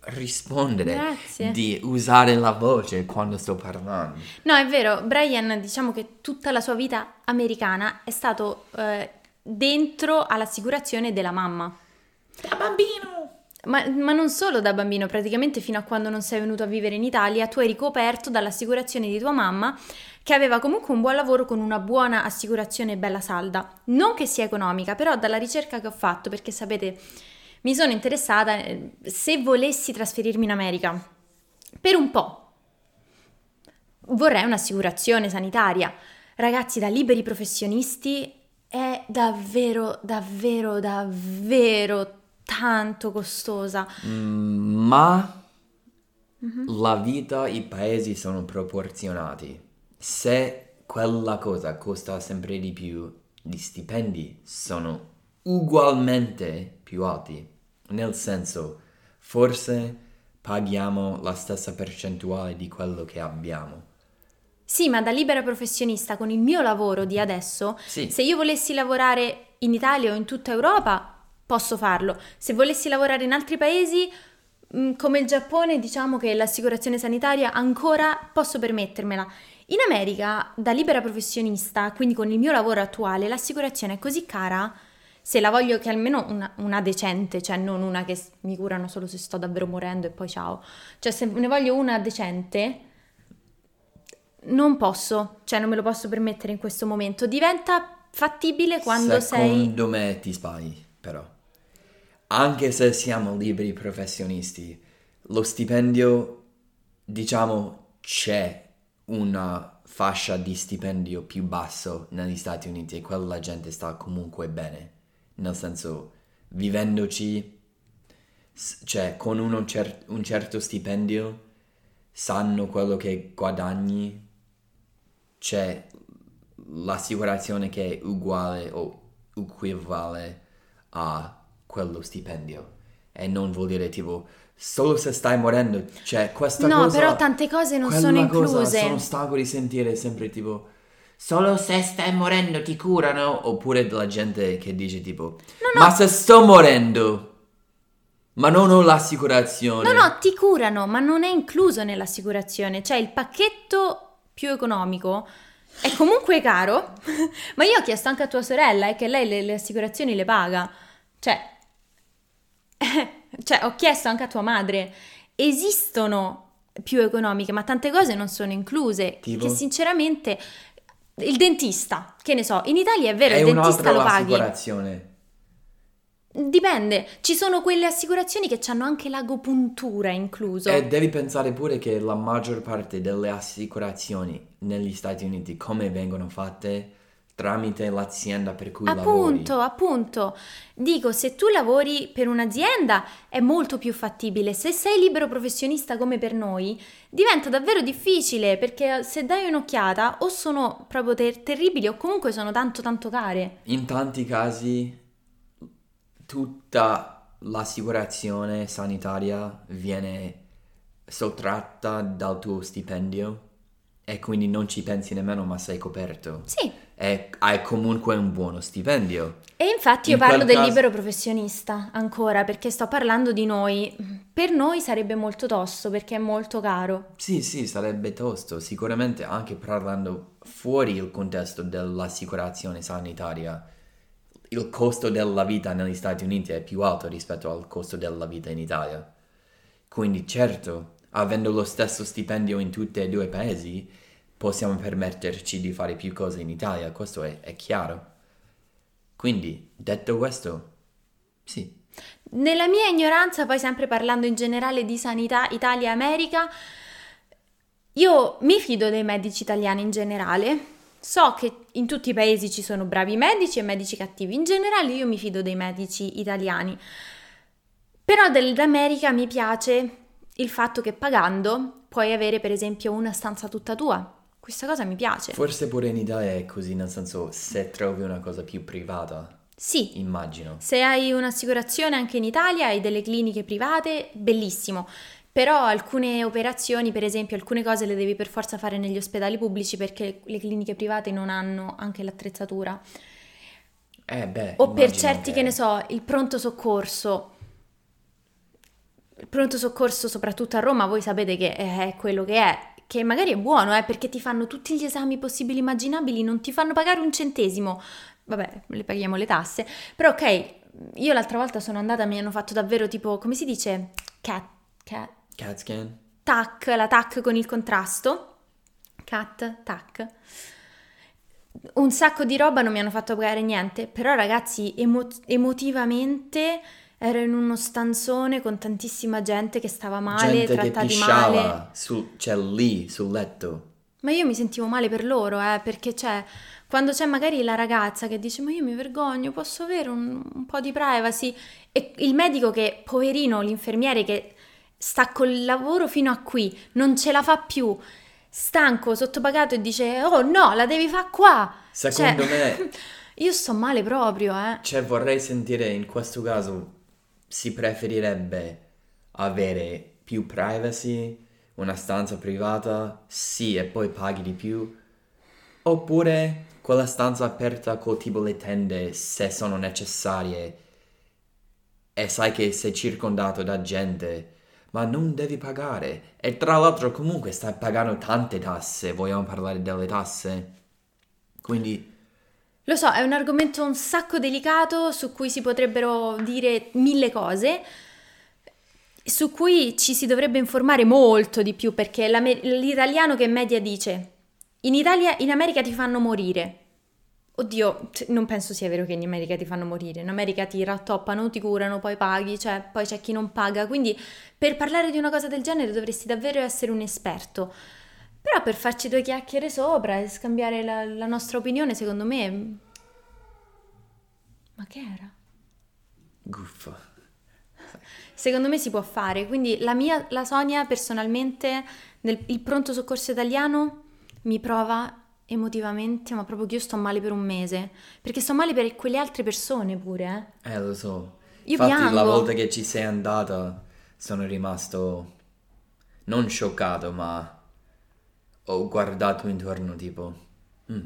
rispondere, Grazie. di usare la voce quando sto parlando. No, è vero, Brian, diciamo che tutta la sua vita americana è stato eh, dentro all'assicurazione della mamma. Da bambino! Ma, ma non solo da bambino, praticamente fino a quando non sei venuto a vivere in Italia, tu eri coperto dall'assicurazione di tua mamma, che aveva comunque un buon lavoro con una buona assicurazione bella salda. Non che sia economica, però dalla ricerca che ho fatto, perché sapete, mi sono interessata, eh, se volessi trasferirmi in America per un po', vorrei un'assicurazione sanitaria. Ragazzi, da liberi professionisti è davvero, davvero, davvero tanto costosa. Mm, ma la vita, i paesi sono proporzionati. Se quella cosa costa sempre di più, gli stipendi sono ugualmente più alti. Nel senso, forse paghiamo la stessa percentuale di quello che abbiamo. Sì, ma da libera professionista con il mio lavoro di adesso, Sì. se io volessi lavorare in Italia o in tutta Europa, posso farlo. Se volessi lavorare in altri paesi, mh, come il Giappone, diciamo che l'assicurazione sanitaria ancora posso permettermela. In America, da libera professionista, quindi con il mio lavoro attuale, l'assicurazione è così cara, se la voglio che almeno una, una decente, cioè non una che s- mi curano solo se sto davvero morendo e poi ciao. Cioè se ne voglio una decente, non posso, cioè non me lo posso permettere in questo momento. Diventa fattibile quando sei... Secondo me ti sbagli, però. Anche se siamo liberi professionisti, lo stipendio, diciamo, c'è una fascia di stipendio più basso negli Stati Uniti e quella gente sta comunque bene. Nel senso, vivendoci, s- cioè con uno cer- un certo stipendio, sanno quello che guadagni, c'è l'assicurazione che è uguale o equivale a quello stipendio. E non vuol dire tipo solo se stai morendo, cioè questa No, cosa, però tante cose non quella sono cosa, incluse. sono stanco di sentire sempre tipo solo se stai morendo ti curano, oppure della gente che dice tipo ma se sto morendo ma non ho l'assicurazione. No, no, ti curano, ma non è incluso nell'assicurazione. Cioè il pacchetto più economico è comunque caro, ma io ho chiesto anche a tua sorella e che lei le, le assicurazioni le paga. Cioè, cioè, ho chiesto anche a tua madre. Esistono più economiche, ma tante cose non sono incluse. Tipo? Che sinceramente... Il dentista, che ne so, in Italia è vero, È il dentista un'altra lo paghi. l'assicurazione. Dipende, ci sono quelle assicurazioni che hanno anche l'agopuntura incluso. E devi pensare pure che la maggior parte delle assicurazioni negli Stati Uniti come vengono fatte tramite l'azienda per cui Appunto, lavori. appunto. Dico, se tu lavori per un'azienda è molto più fattibile. Se sei libero professionista come per noi, diventa davvero difficile perché se dai un'occhiata o sono proprio ter- terribili o comunque sono tanto tanto care. In tanti casi tutta l'assicurazione sanitaria viene sottratta dal tuo stipendio e quindi non ci pensi nemmeno ma sei coperto. Sì, E hai comunque un buono stipendio. e infatti io In parlo quel del caso- libero professionista ancora perché sto parlando di noi. Per noi sarebbe molto tosto perché è molto caro. Sì, sì, sarebbe tosto, sicuramente anche parlando fuori il contesto dell'assicurazione sanitaria. Il costo della vita negli Stati Uniti è più alto rispetto al costo della vita in Italia. Quindi certo, avendo lo stesso stipendio in tutti e due i paesi, possiamo permetterci di fare più cose in Italia, questo è, è chiaro. Quindi, detto questo, sì. Nella mia ignoranza, poi sempre parlando in generale di sanità Italia-America, io mi fido dei medici italiani in generale. So che in tutti i paesi ci sono bravi medici e medici cattivi. In generale io mi fido dei medici italiani. Però dell'America mi piace il fatto che pagando puoi avere per esempio una stanza tutta tua. Questa cosa mi piace. Forse pure in Italia è così, nel senso, se trovi una cosa più privata, Sì, immagino. se hai un'assicurazione anche in Italia, hai delle cliniche private, bellissimo. Però alcune operazioni, per esempio, alcune cose le devi per forza fare negli ospedali pubblici perché le cliniche private non hanno anche l'attrezzatura. Eh beh, O per immagino certi, che- che ne so, il pronto soccorso. pronto soccorso, soprattutto a Roma, voi sapete che è quello che è, che magari è buono, eh, perché ti fanno tutti gli esami possibili e immaginabili, non ti fanno pagare un centesimo. Vabbè, le paghiamo le tasse. Però ok, io l'altra volta sono andata, mi hanno fatto davvero tipo, come si dice? Cat, cat, Cat scan? tac, la tac con il contrasto. Cat, tac. Un sacco di roba, non mi hanno fatto pagare niente, però ragazzi, emo- emotivamente ero in uno stanzone con tantissima gente che stava male, Gente che trattati pisciava male. su, cioè lì, sul letto. Ma io mi sentivo male per loro, eh, perché c'è, quando c'è magari la ragazza che dice ma io mi vergogno, posso avere un, un po' di privacy? E il medico che, poverino, l'infermiere che sta col lavoro fino a qui, non ce la fa più, stanco, sottopagato e dice oh no, la devi fare qua. Secondo Cioè, me, io sto male proprio, eh. cioè vorrei sentire in questo caso si preferirebbe avere più privacy, una stanza privata, sì, e poi paghi di più, oppure quella stanza aperta con tipo le tende se sono necessarie e sai che sei circondato da gente, ma non devi pagare. E tra l'altro comunque stai pagando tante tasse, vogliamo parlare delle tasse? Quindi Lo so, è un argomento un sacco delicato su cui si potrebbero dire mille cose, su cui ci si dovrebbe informare molto di più, perché l'ame- l'italiano che media dice in Italia, in America ti fanno morire. Oddio, t- non penso sia vero che in America ti fanno morire. In America ti rattoppano, ti curano, poi paghi, cioè poi c'è chi non paga. Quindi per parlare di una cosa del genere dovresti davvero essere un esperto. Però per farci due chiacchiere sopra e scambiare la, la nostra opinione, secondo me... Ma che era? guffa. Secondo me si può fare. Quindi la mia, la Sonia personalmente, nel il pronto soccorso italiano mi prova emotivamente, ma proprio che io sto male per un mese. Perché sto male per quelle altre persone pure, eh. Eh, lo so. Io Infatti la piango. volta che ci sei andata sono rimasto non scioccato, ma ho guardato intorno tipo, "Mm,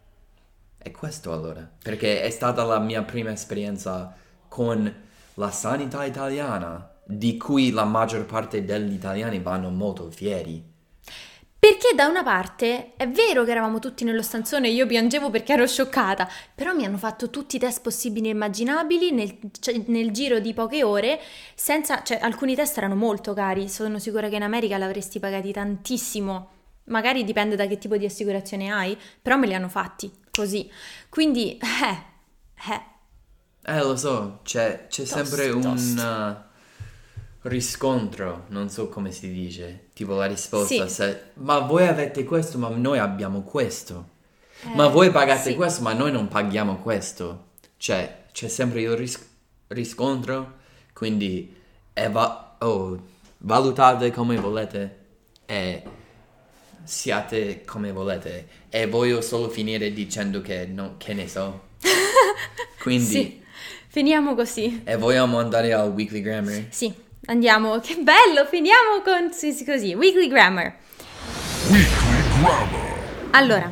è questo allora?" Perché è stata la mia prima esperienza con la sanità italiana, di cui la maggior parte degli italiani vanno molto fieri. Perché da una parte è vero che eravamo tutti nello stanzone e io piangevo perché ero scioccata, però mi hanno fatto tutti i test possibili e immaginabili nel, cioè, nel giro di poche ore, senza, cioè alcuni test erano molto cari, sono sicura che in America l'avresti pagati tantissimo, magari dipende da che tipo di assicurazione hai, però me li hanno fatti così, quindi eh, eh, Eh, lo so, c'è, c'è Tost, sempre un tost. uh, riscontro, non so come si dice, tipo la risposta, Sì. se, ma voi avete questo, ma noi abbiamo questo, ma Eh, voi pagate sì. questo, ma noi non paghiamo questo, cioè c'è sempre il ris- riscontro, quindi eva- oh, valutate come volete e siate come volete, e voglio solo finire dicendo che, no, che ne so, quindi... Sì, finiamo così. E vogliamo andare al Weekly Grammar? Sì, andiamo, che bello, finiamo con sì, sì, così, Weekly Grammar. Weekly Grammar. Allora,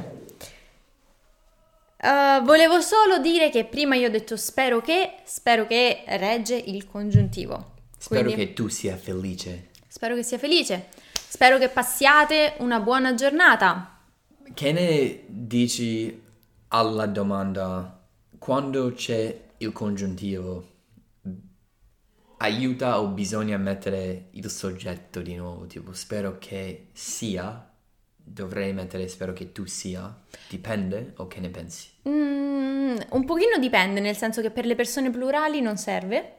eh, volevo solo dire che prima io ho detto spero che, spero che regge il congiuntivo. Spero Quindi, che tu sia felice. spero che sia felice, spero che passiate una buona giornata. Che ne dici alla domanda quando c'è il congiuntivo? Aiuta o bisogna mettere il soggetto di nuovo? Tipo, spero che sia? Dovrei mettere spero che tu sia? Dipende? O che ne pensi? Mm, un pochino dipende, nel senso che per le persone plurali non serve.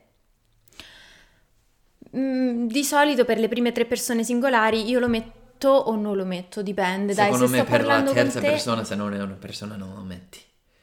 Mm, di solito per le prime tre persone singolari io lo metto o non lo metto, dipende. Dai, Secondo se me sto per la parlando con terza te, persona, se non è una persona, non lo metti.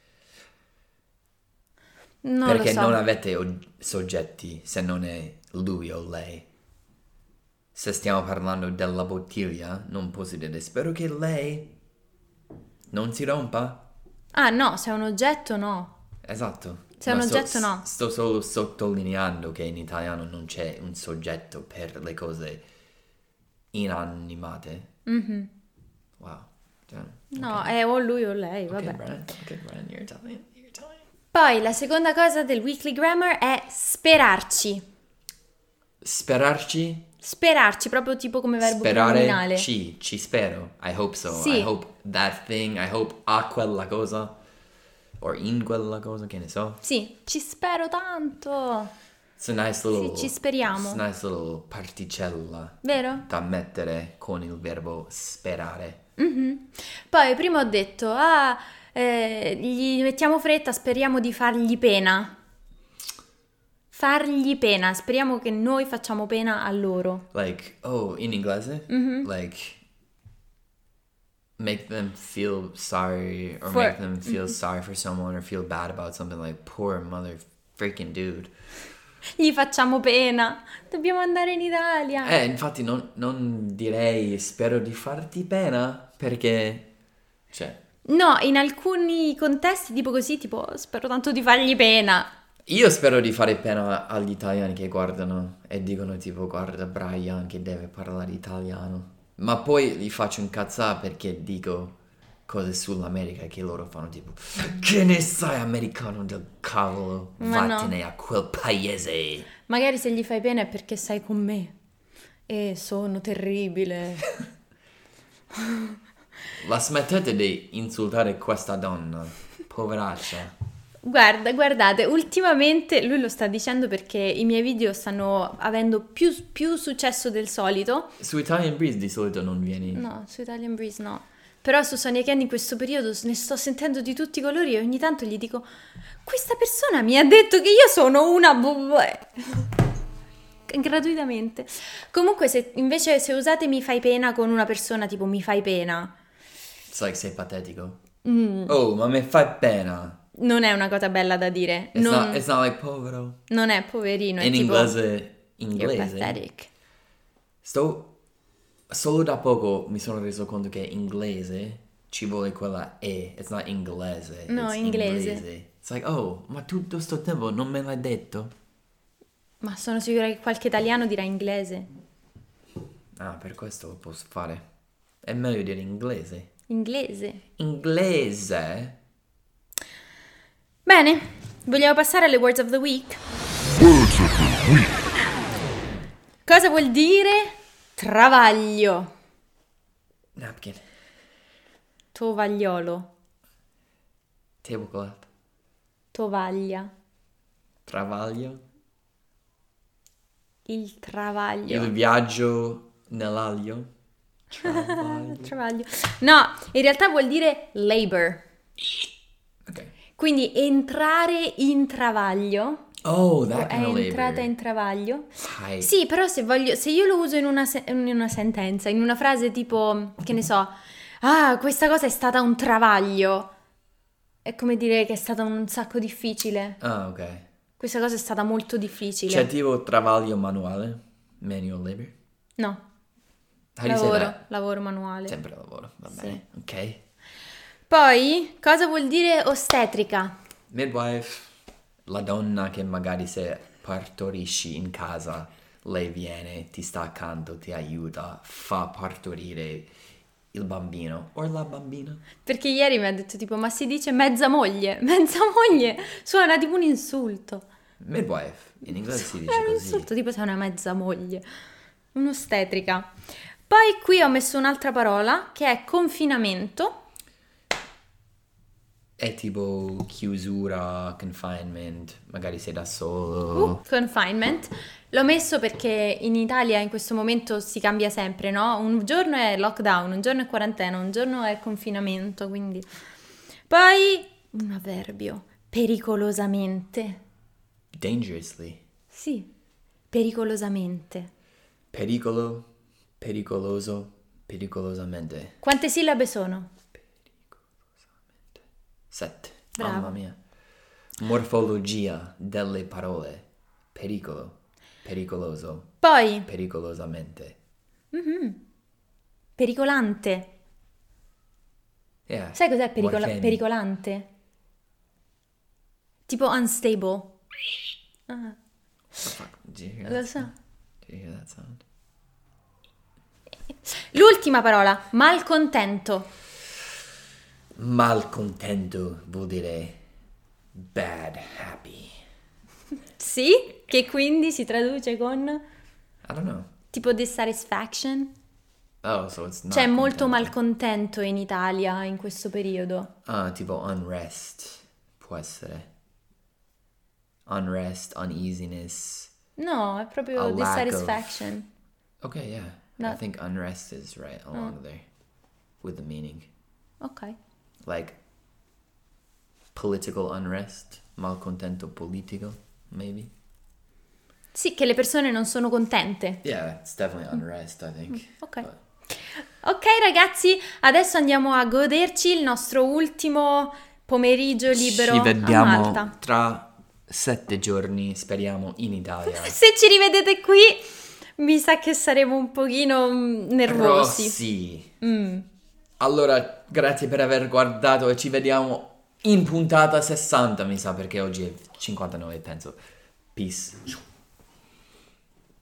non Perché lo so. non avete og- soggetti se non è lui o lei. Se stiamo parlando della bottiglia, non posso dire spero che lei non si rompa. Ah no, se è un oggetto no. Esatto. Se è un Ma sto- oggetto, no. Sto solo sottolineando che in italiano non c'è un soggetto per le cose inanimate. Mhm. Wow. Cioè, No, ok. è o lui o lei, Ok, vabbè. Brian. Ok, Brian, you're Italian. You're Italian. Poi la seconda cosa del Weekly Grammar è sperarci. Sperarci? Sperarci, proprio tipo come verbo pronominale. Sperare, ci, ci spero. I hope so. Sì. I hope that thing, I hope a quella cosa. Or in quella cosa, che ne so. Sì, ci spero tanto. It's a nice little... Sì, ci speriamo. It's a nice little particella Vero? da mettere con il verbo sperare. Mhm. Poi prima ho detto, ah, eh, gli mettiamo fretta, speriamo di fargli pena. Fargli pena, speriamo che noi facciamo pena a loro. Like, oh, in inglese? Like, make them feel sorry or For- make them feel sorry for someone or feel bad about something, like, poor mother freaking dude. Gli facciamo pena, dobbiamo andare in Italia. Eh, infatti non, non direi spero di farti pena, perché, cioè, No, in alcuni contesti tipo così, tipo spero tanto di fargli pena. io spero di fare pena agli italiani che guardano e dicono tipo guarda Brian che deve parlare italiano. Ma poi li faccio incazzare perché dico cose sull'America che loro fanno tipo che ne sai americano del cavolo, Ma no. vattene a quel paese. Magari se gli fai pena è perché sei con me. E sono terribile. La smettete di insultare questa donna, poveraccia. Guarda, guardate, ultimamente lui lo sta dicendo perché i miei video stanno avendo più, più successo del solito. Su Italian Breeze di solito non vieni. No, su Italian Breeze no. Però su Sonia Candy in questo periodo ne sto sentendo di tutti i colori e ogni tanto gli dico questa persona mi ha detto che io sono una... bu- gratuitamente. Comunque se invece se usate mi fai pena con una persona tipo mi fai pena, It's like sei patetico. Oh, ma mi fai pena. non è una cosa bella da dire. It's, Non, not, it's not like povero. non è poverino, è In tipo inglese, you're inglese. pathetic. Sto solo da poco mi sono reso conto che inglese ci vuole quella E. It's not inglese. No, it's inglese. It's like, oh, ma tutto sto tempo non me l'hai detto? Ma sono sicura che qualche italiano dirà inglese. Ah, per questo lo posso fare. È meglio dire inglese. Inglese. Inglese? Bene, vogliamo passare alle words of the week? Words of the week. Cosa vuol dire travaglio? Napkin. Tovagliolo. Tablecloth. Tovaglia. Travaglio. Il travaglio. Il viaggio nell'aglio. Travaglio. Travaglio. No, in realtà vuol dire labor. Ok. Quindi entrare in travaglio. Oh, that È kind of entrata labor. in travaglio. Hi. Sì, però se voglio, se io lo uso in una, se- in una sentenza, in una frase tipo, che ne so, ah, questa cosa è stata un travaglio. È come dire che è stata un sacco difficile. Ah, ok. Questa cosa è stata molto difficile. C'è tipo travaglio manuale? Manual labor? No, How do you say lavoro, that? lavoro manuale. Sempre lavoro, va Sì. bene. Ok. Poi, cosa vuol dire ostetrica? Midwife, la donna che magari se partorisci in casa, lei viene, ti sta accanto, ti aiuta, fa partorire il bambino o la bambina. Perché ieri mi ha detto tipo, ma si dice mezza moglie, mezza moglie, suona tipo un insulto. Midwife, in inglese si È dice un così. insulto, tipo sei una mezza moglie. Un'ostetrica. Poi qui ho messo un'altra parola che è confinamento. È tipo chiusura, confinement, magari sei da solo. Confinement. L'ho messo perché in Italia in questo momento si cambia sempre, no? Un giorno è lockdown, un giorno è quarantena, un giorno è confinamento, quindi... Poi un avverbio, pericolosamente. Dangerously. Sì, pericolosamente. Pericolo, pericoloso, pericolosamente. Quante sillabe sono? Sette. Bravo. Mamma mia. Morfologia delle parole. Pericolo, pericoloso, Poi, pericolosamente. pericolante. Yeah. Sai cos'è pericola- What can- pericolante? Tipo unstable. Ah, What the fuck? Did you hear lo that? so. Did you hear that sound? L'ultima parola, malcontento. Malcontento vuol dire bad happy. Sì, che quindi si traduce con I don't know. Tipo dissatisfaction? Oh, so it's not C'è molto contento. malcontento in Italia in questo periodo. Ah, tipo unrest. Può essere. Unrest, uneasiness. No, è proprio A lack dissatisfaction. Okay, yeah. No. I think unrest is right along there with the meaning. Ok. Like political unrest, malcontento politico, maybe. Sì, che le persone non sono contente. Yeah, it's definitely unrest, I think. Ok. But- Ok ragazzi, adesso andiamo a goderci il nostro ultimo pomeriggio libero Ci a vediamo Malta. tra sette giorni, speriamo, in Italia. Se ci rivedete qui, mi sa che saremo un pochino mm, nervosi. Rossi. Mm. Allora, grazie per aver guardato e ci vediamo in puntata sessanta, mi sa, perché oggi è cinquantanove, penso. Peace.